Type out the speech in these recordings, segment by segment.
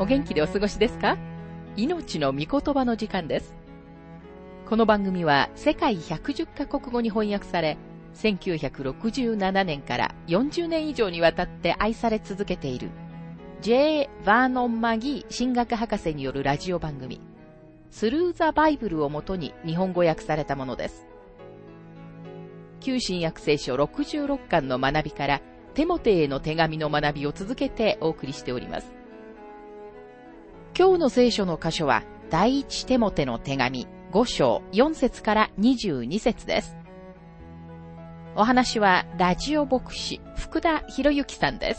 お元気でお過ごしですか？命の御言葉の時間です。この番組は世界110カ国語に翻訳され、1967年から40年以上にわたって愛され続けている J. バーノン・マギー神学博士によるラジオ番組スルー・ザ・バイブルをもとに日本語訳されたものです。旧新約聖書66巻の学びからテモテへの手紙の学びを続けてお送りしております。今日の聖書の箇所は第一テモテの手紙5章4節から22節です。お話はラジオ牧師福田博之さんです。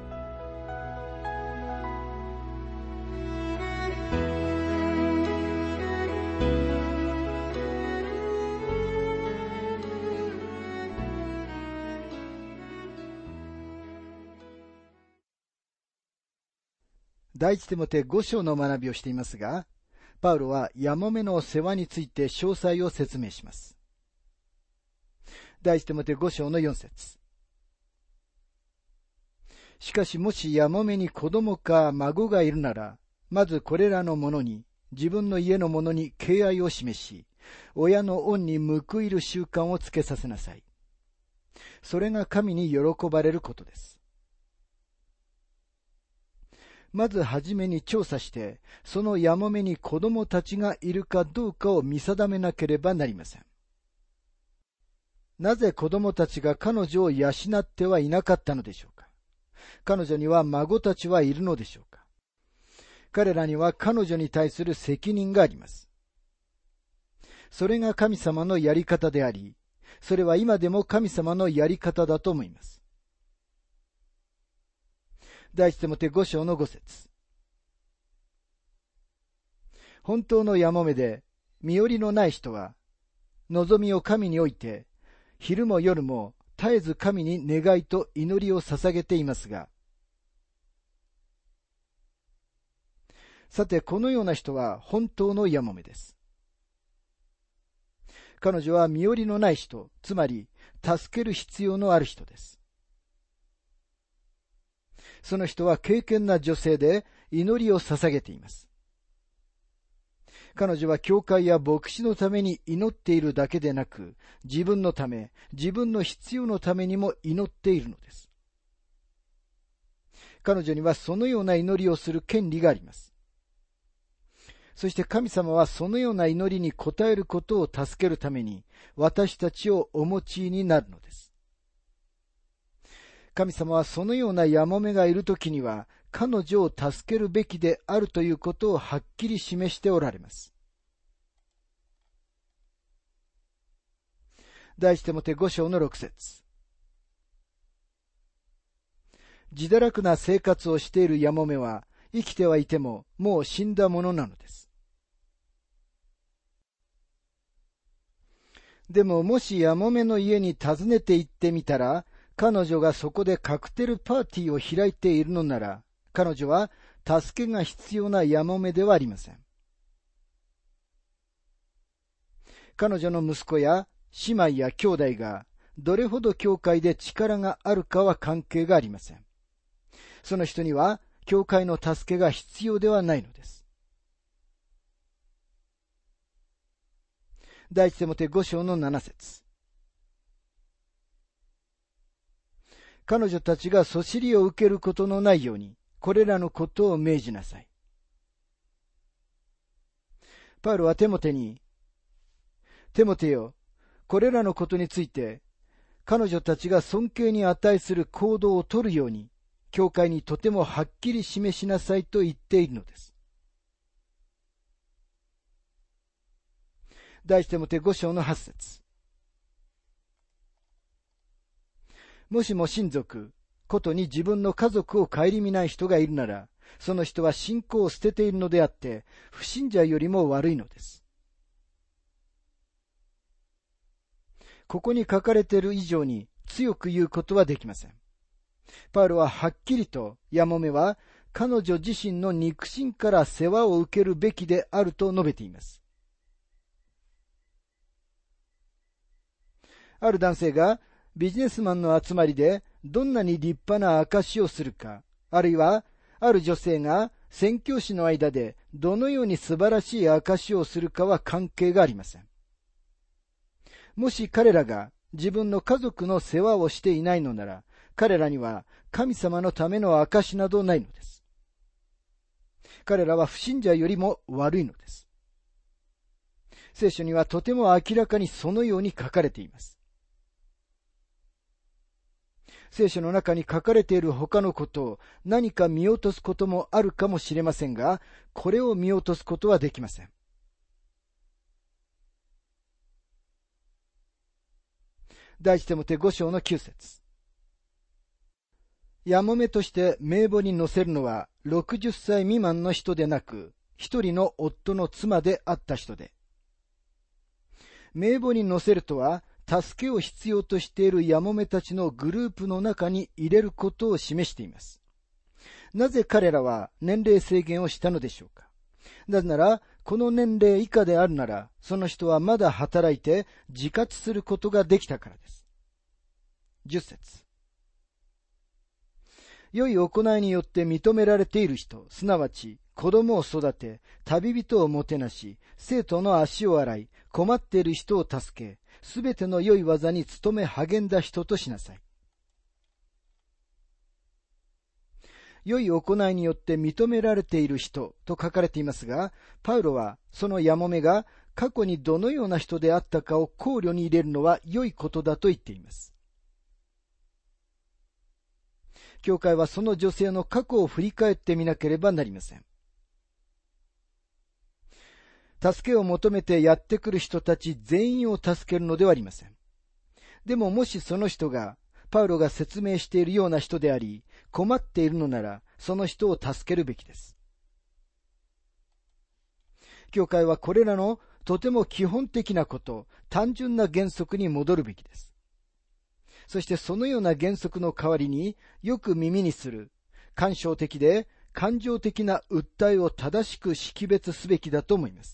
第一テモテ5章の学びをしていますが、パウロはヤモメの世話について詳細を説明します。第一テモテ5章の4節。しかしもしヤモメに子供か孫がいるなら、まずこれらの者に、自分の家の者に敬愛を示し、親の恩に報いる習慣をつけさせなさい。それが神に喜ばれることです。まずはじめに調査して、そのヤモメに子供たちがいるかどうかを見定めなければなりません。なぜ子供たちが彼女を養ってはいなかったのでしょうか。彼女には孫たちはいるのでしょうか。彼らには彼女に対する責任があります。それが神様のやり方であり、それは今でも神様のやり方だと思います。第一テモテ5章の5節。本当のヤモメで身寄りのない人は、望みを神において、昼も夜も絶えず神に願いと祈りを捧げていますが、さてこのような人は本当のヤモメです。彼女は身寄りのない人、つまり助ける必要のある人です。その人は敬虔な女性で祈りを捧げています。彼女は教会や牧師のために祈っているだけでなく、自分のため、自分の必要のためにも祈っているのです。彼女にはそのような祈りをする権利があります。そして神様はそのような祈りに応えることを助けるために、私たちをお持ちになるのです。神様はそのようなヤモメがいるときには、彼女を助けるべきであるということをはっきり示しておられます。第一テモテ5章の6節。自堕落な生活をしているヤモメは、生きてはいてももう死んだものなのです。でももしヤモメの家に訪ねて行ってみたら、彼女がそこでカクテルパーティーを開いているのなら、彼女は助けが必要なヤモメではありません。彼女の息子や姉妹や兄弟がどれほど教会で力があるかは関係がありません。その人には教会の助けが必要ではないのです。第一テモテ5章の7節。彼女たちがそしりを受けることのないように、これらのことを命じなさい。パウロはテモテに、テモテよ、これらのことについて、彼女たちが尊敬に値する行動をとるように、教会にとてもはっきり示しなさいと言っているのです。第一テモテ5章の8節。もしも親族、ことに自分の家族を顧みない人がいるなら、その人は信仰を捨てているのであって、不信者よりも悪いのです。ここに書かれている以上に強く言うことはできません。パウロははっきりと、ヤモメは彼女自身の肉親から世話を受けるべきであると述べています。ある男性がビジネスマンの集まりでどんなに立派な証しをするか、あるいはある女性が宣教師の間でどのように素晴らしい証をするかは関係がありません。もし彼らが自分の家族の世話をしていないのなら、彼らには神様のための証などないのです。彼らは不信者よりも悪いのです。聖書にはとても明らかにそのように書かれています。聖書の中に書かれている他のことを何か見落とすこともあるかもしれませんが、これを見落とすことはできません。第一テモテ5章の9節。やもめとして名簿に載せるのは60歳未満の人でなく、一人の夫の妻であった人で。名簿に載せるとは、助けを必要としているやもめたちのグループの中に入れることを示しています。なぜ彼らは年齢制限をしたのでしょうか。なぜなら、この年齢以下であるなら、その人はまだ働いて自活することができたからです。10節。良い行いによって認められている人、すなわち子供を育て、旅人をもてなし、生徒の足を洗い、困っている人を助け、すべての良い技に努め励んだ人としなさい。良い行いによって認められている人と書かれていますが、パウロはそのやもめが過去にどのような人であったかを考慮に入れるのは良いことだと言っています。教会はその女性の過去を振り返ってみなければなりません。助けを求めてやってくる人たち全員を助けるのではありません。でももしその人がパウロが説明しているような人であり、困っているのならその人を助けるべきです。教会はこれらのとても基本的なこと、単純な原則に戻るべきです。そしてそのような原則の代わりによく耳にする感傷的で感情的な訴えを正しく識別すべきだと思います。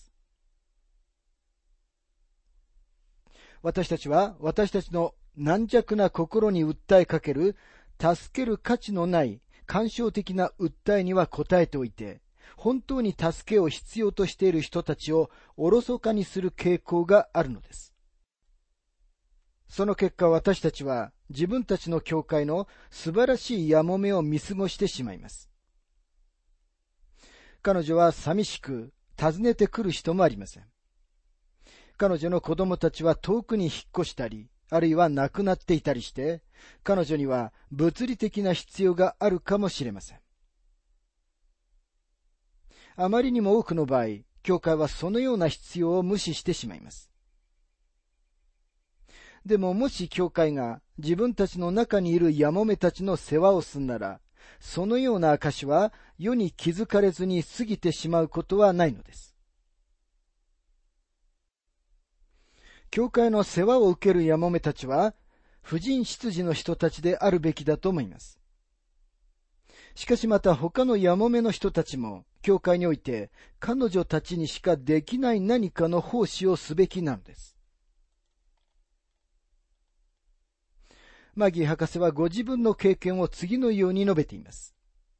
私たちは私たちの軟弱な心に訴えかける助ける価値のない感傷的な訴えには応えておいて、本当に助けを必要としている人たちをおろそかにする傾向があるのです。その結果、私たちは自分たちの教会の素晴らしいやもめを見過ごしてしまいます。彼女は寂しく訪ねてくる人もありません。彼女の子供たちは遠くに引っ越したり、あるいは亡くなっていたりして、彼女には物理的な必要があるかもしれません。あまりにも多くの場合、教会はそのような必要を無視してしまいます。でももし教会が自分たちの中にいるやもめたちの世話をするなら、そのような証は世に気づかれずに過ぎてしまうことはないのです。教会の世話を受けるやもめたちは、婦人執事の人たちであるべきだと思います。しかしまた他のやもめの人たちも、教会において彼女たちにしかできない何かの奉仕をすべきなのです。マギー博士はご自分の経験を次のように述べています。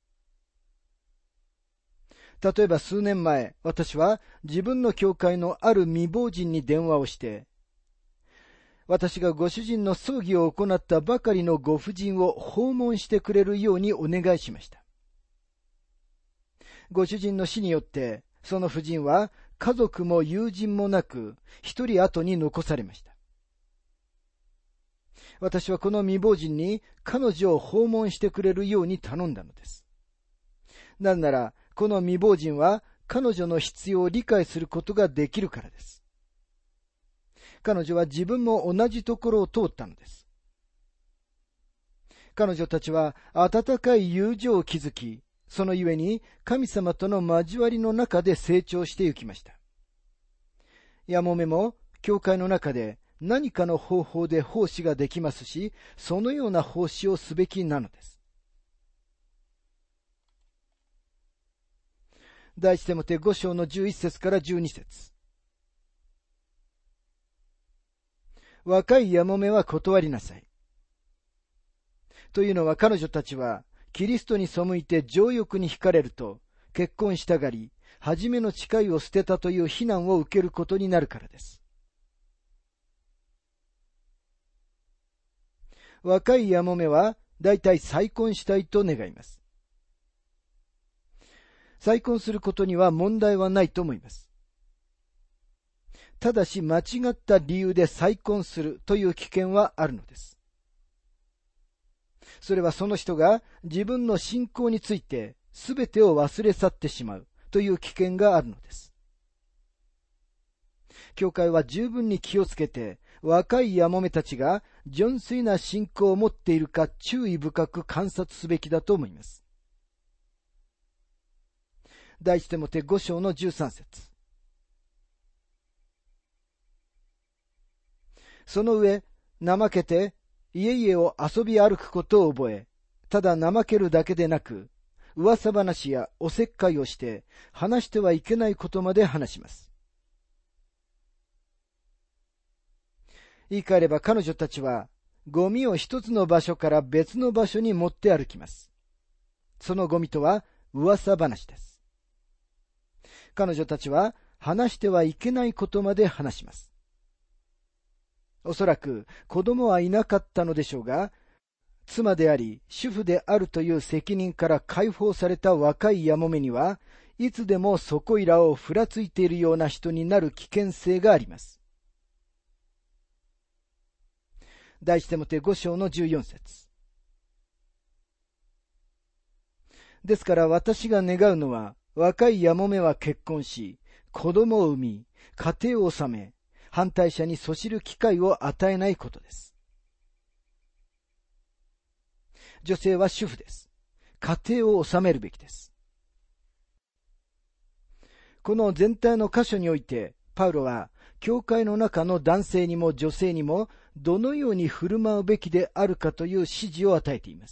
例えば数年前、私は自分の教会のある未亡人に電話をして、私がご主人の葬儀を行ったばかりのご婦人を訪問してくれるようにお願いしました。ご主人の死によって、その婦人は家族も友人もなく、一人後に残されました。私はこの未亡人に彼女を訪問してくれるように頼んだのです。なぜなら、この未亡人は彼女の必要を理解することができるからです。彼女は自分も同じところを通ったのです。彼女たちは温かい友情を築き、そのゆえに神様との交わりの中で成長していきました。やもめも教会の中で何かの方法で奉仕ができますし、そのような奉仕をすべきなのです。第一テモテ5章の11節から12節。若いやもめは断りなさい。というのは彼女たちはキリストに背いて情欲に惹かれると、 結婚したがり、初めの誓いを捨てたという非難を受けることになるからです。若いやもめはだいたい再婚したいと願います。再婚することには問題はないと思います。ただし間違った理由で再婚するという危険はあるのです。それはその人が自分の信仰について全てを忘れ去ってしまうという危険があるのです。教会は十分に気をつけて、若いやもめたちが純粋な信仰を持っているか注意深く観察すべきだと思います。第一テモテ5章の13節。その上、怠けて家々を遊び歩くことを覚え、ただ怠けるだけでなく、噂話やおせっかいをして話してはいけないことまで話します。言い換えれば彼女たちはゴミを一つの場所から別の場所に持って歩きます。そのゴミとは噂話です。彼女たちは話してはいけないことまで話します。おそらく子供はいなかったのでしょうが、妻であり主婦であるという責任から解放された若いやもめには、いつでもそこいらをふらついているような人になる危険性があります。第一テモテ5章の14節。ですから私が願うのは、若いやもめは結婚し、子供を産み、家庭を治め、反対者にそしる機会を与えないことです。女性は主婦です。家庭を治めるべきです。この全体の箇所において、パウロは、教会の中の男性にも女性にも、どのように振る舞うべきであるかという指示を与えています。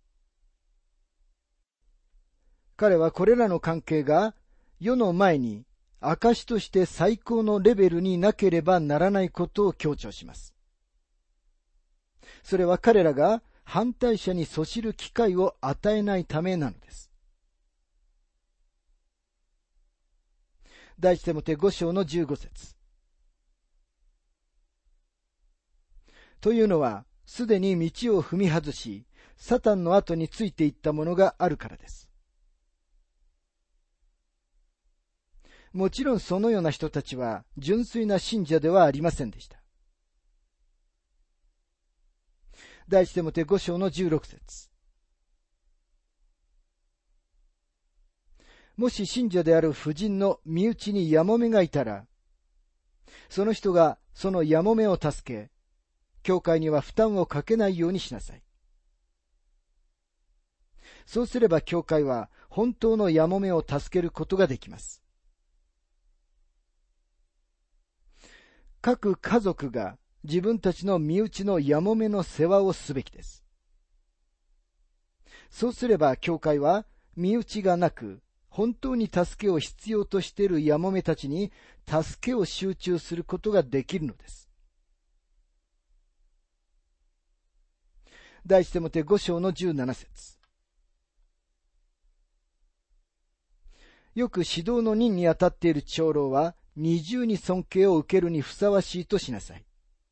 彼はこれらの関係が、世の前に、証として最高のレベルになければならないことを強調します。それは彼らが反対者にそしる機会を与えないためなのです。第一テモテ5章の15節。というのは、すでに道を踏み外し、サタンの後についていったものがあるからです。もちろんそのような人たちは純粋な信者ではありませんでした。第一テモテ5章の16節。もし信者である婦人の身内にやもめがいたら、その人がそのやもめを助け、教会には負担をかけないようにしなさい。そうすれば教会は本当のやもめを助けることができます。各家族が自分たちの身内のやもめの世話をすべきです。そうすれば教会は身内がなく、本当に助けを必要としているやもめたちに助けを集中することができるのです。第一テモテ5章の17節。よく指導の任にあたっている長老は二重に尊敬を受けるにふさわしいとしなさい。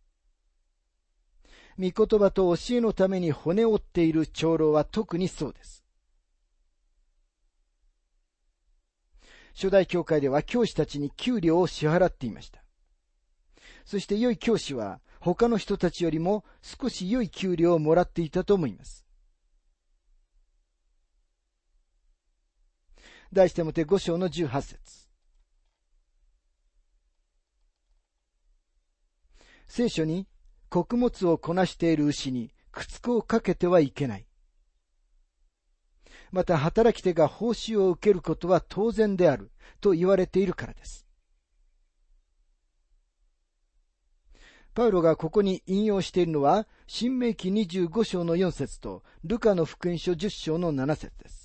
御言葉と教えのために骨折っている長老は特にそうです。初代教会では教師たちに給料を支払っていました。そして良い教師は他の人たちよりも少し良い給料をもらっていたと思います。第一テモテ5章の18節。聖書に穀物をこなしている牛に靴子をかけてはいけない。また働き手が報酬を受けることは当然であると言われているからです。パウロがここに引用しているのは、申命記25章の4節とルカの福音書10章の7節です。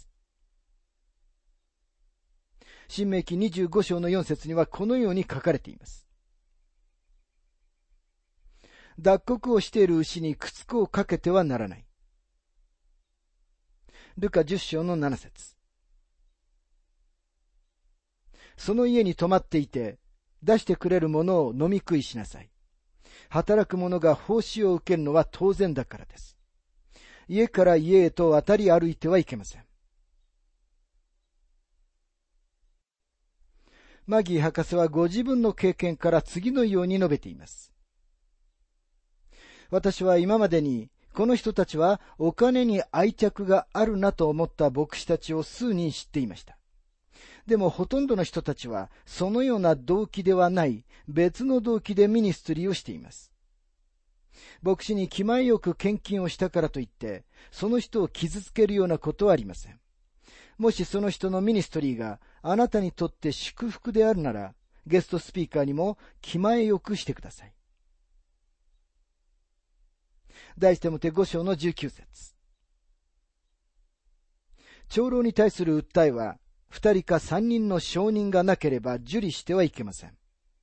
申命記25章の4節にはこのように書かれています。脱穀をしている牛に靴子をかけてはならない。ルカ10章の7節。 その家に泊まっていて、出してくれるものを飲み食いしなさい。働く者が報酬を受けるのは当然だからです。家から家へと渡り歩いてはいけません。マギー博士はご自分の経験から次のように述べています。私は今までにこの人たちはお金に愛着があるなと思った牧師たちを数人知っていました。でもほとんどの人たちはそのような動機ではない別の動機でミニストリーをしています。牧師に気前よく献金をしたからといってその人を傷つけるようなことはありません。もしその人のミニストリーがあなたにとって祝福であるなら、ゲストスピーカーにも気前よくしてください。第一テモテ5章の19節。長老に対する訴えは、2人か3人の証人がなければ受理してはいけません。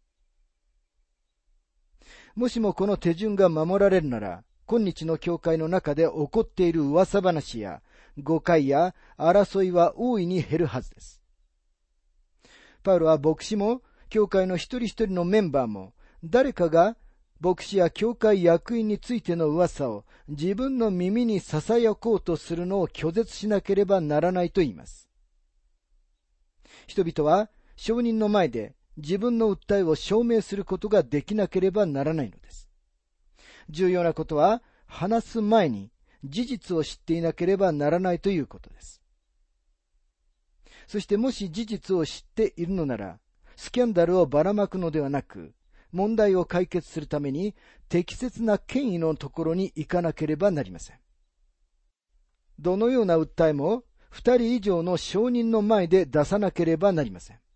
もしもこの手順が守られるなら、今日の教会の中で起こっている噂話や誤解や争いは大いに減るはずです。パウロは牧師も教会の一人一人のメンバーも誰かが牧師や教会役員についての噂を自分の耳に囁こうとするのを拒絶しなければならないと言います。人々は証人の前で自分の訴えを証明することができなければならないのです。重要なことは話す前に事実を知っていなければならないということです。そしてもし事実を知っているのなら、スキャンダルをばらまくのではなく、問題を解決するために適切な権威のところに行かなければなりません。どのような訴えも2人以上の証人の前で出さなければなりません。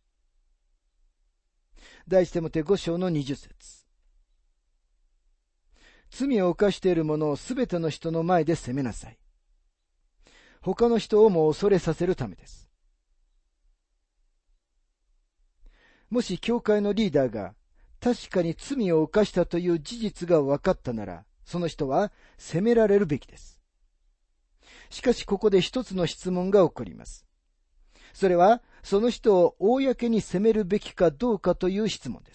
第一テモテ5章の20節。罪を犯している者をすべての人の前で責めなさい。他の人をも恐れさせるためです。もし教会のリーダーが確かに罪を犯したという事実が分かったなら、その人は責められるべきです。しかしここで一つの質問が起こります。それはその人を公に責めるべきかどうかという質問です。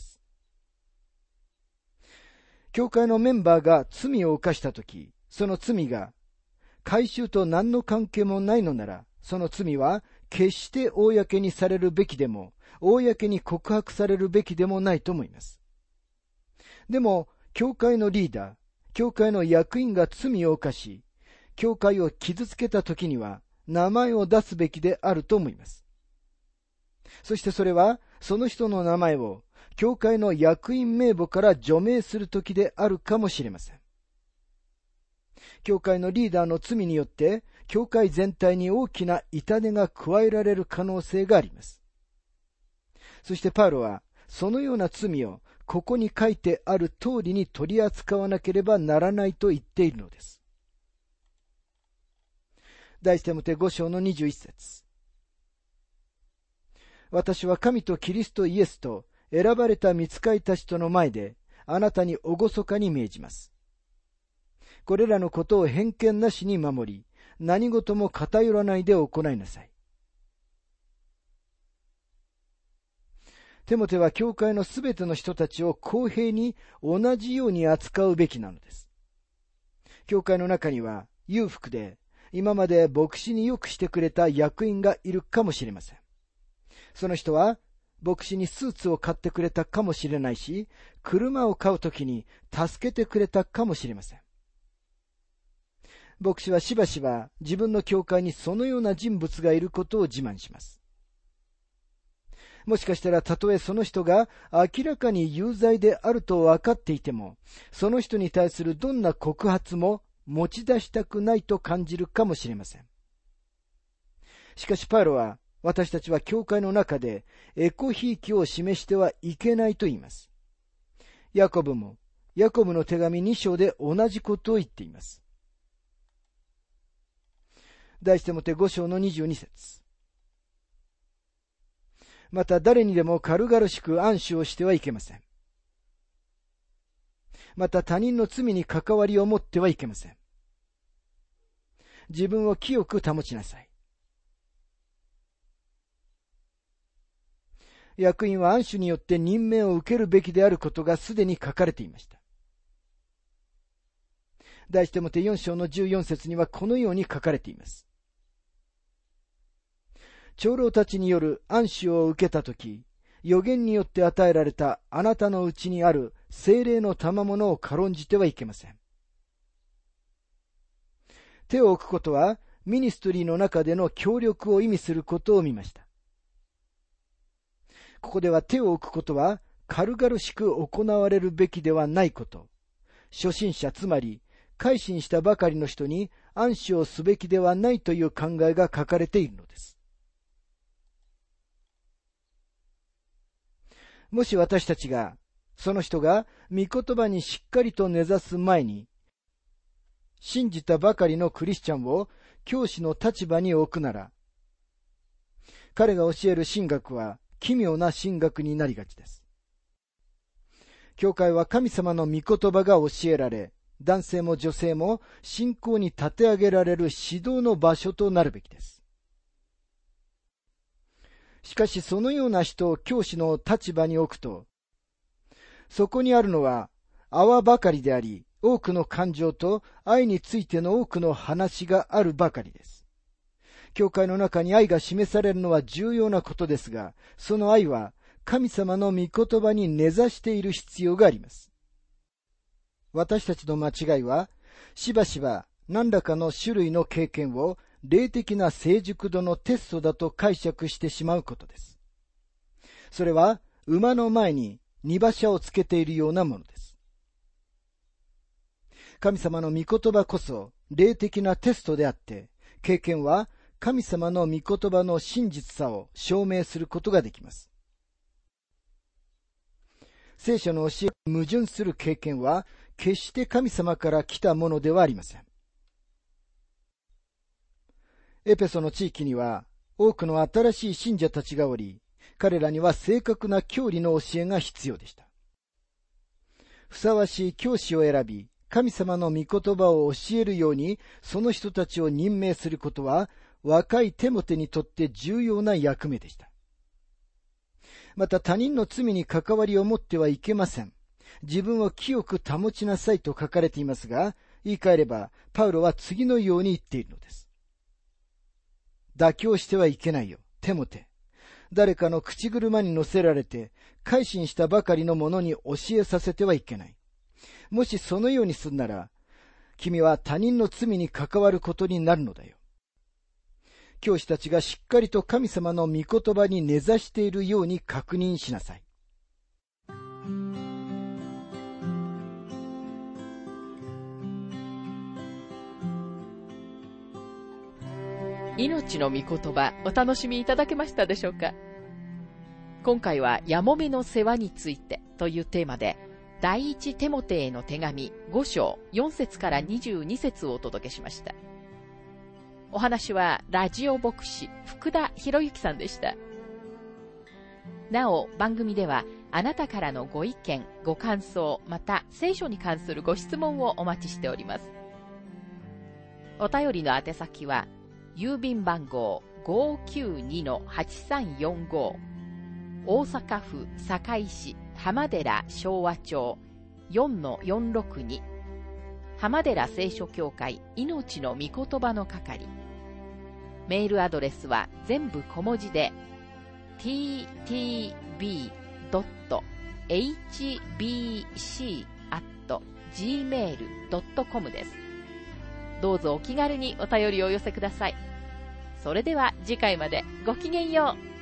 教会のメンバーが罪を犯したとき、その罪が改宗と何の関係もないのなら、その罪は決して公にされるべきでも、公に告白されるべきでもないと思います。でも、教会のリーダー、教会の役員が罪を犯し、教会を傷つけたときには、名前を出すべきであると思います。そしてそれは、その人の名前を、教会の役員名簿から除名するときであるかもしれません。教会のリーダーの罪によって、教会全体に大きな痛手が加えられる可能性があります。そしてパウロは、そのような罪をここに書いてある通りに取り扱わなければならないと言っているのです。第一テモテ5章の21節。私は神とキリストイエスと選ばれた御使いたちとの前であなたに厳かに命じます。これらのことを偏見なしに守り、何事も偏らないで行いなさい。テモテは教会のすべての人たちを公平に同じように扱うべきなのです。教会の中には裕福で今まで牧師によくしてくれた役員がいるかもしれません。その人は牧師にスーツを買ってくれたかもしれないし、車を買うときに助けてくれたかもしれません。牧師はしばしば自分の教会にそのような人物がいることを自慢します。もしかしたらたとえその人が明らかに有罪であると分かっていても、その人に対するどんな告発も持ち出したくないと感じるかもしれません。しかしパウロは、私たちは教会の中でエコひいきを示してはいけないと言います。ヤコブも、ヤコブの手紙2章で同じことを言っています。第一テモテ5章の22節。また誰にでも軽々しく暗視をしてはいけません。また他人の罪に関わりを持ってはいけません。自分を清く保ちなさい。 役員は安守によって任命を受けるべきであることがすでに書かれていました。第一テモテ4章の14節にはこのように書かれています。長老たちによる安守を受けたとき、預言によって与えられたあなたのうちにある聖霊の賜物を軽んじてはいけません。手を置くことはミニストリーの中での協力を意味することを見ました。ここでは手を置くことは軽々しく行われるべきではないこと、初心者つまり改心したばかりの人に安守をすべきではないという考えが書かれているのです。もし私たちが、その人が御言葉にしっかりと根ざす前に、信じたばかりのクリスチャンを教師の立場に置くなら、彼が教える神学は奇妙な神学になりがちです。教会は神様の御言葉が教えられ、男性も女性も信仰に立て上げられる指導の場所となるべきです。しかしそのような人を教師の立場に置くと、そこにあるのは泡ばかりであり、多くの感情と愛についての多くの話があるばかりです。教会の中に愛が示されるのは重要なことですが、その愛は神様の御言葉に根ざしている必要があります。私たちの間違いは、しばしば何らかの種類の経験を霊的な成熟度のテストだと解釈してしまうことです。それは馬の前に荷馬車をつけているようなものです。神様の御言葉こそ霊的なテストであって、経験は神様の御言葉の真実さを証明することができます。聖書の教えに矛盾する経験は決して神様から来たものではありません。エペソの地域には多くの新しい信者たちがおり、彼らには正確な教理の教えが必要でした。ふさわしい教師を選び、神様の御言葉を教えるようにその人たちを任命することは若いテモテにとって重要な役目でした。また他人の罪に関わりを持ってはいけません。自分を清く保ちなさいと書かれていますが、言い換えればパウロは次のように言っているのです。妥協してはいけないよ、テモテ。誰かの口車に乗せられて改心したばかりの者に教えさせてはいけない。もしそのようにするなら、君は他人の罪に関わることになるのだよ。教師たちがしっかりと神様の御言葉に根ざしているように確認しなさい。 命の御言葉、お楽しみいただけましたでしょうか。今回はやもめの世話についてというテーマで、第一テモテへの手紙5章4節から22節をお届けしました。お話はラジオ牧師福田博之さんでした。なお番組ではあなたからのご意見ご感想また聖書に関するご質問をお待ちしております。お便りの宛先は郵便番号 592-8345 大阪府堺市浜寺昭和町 4-462 浜寺聖書協会命の御言葉の係。メールアドレスは全部小文字で ttb.hbc@gmail.com です。どうぞお気軽にお便りをお寄せください。それでは次回までごきげんよう。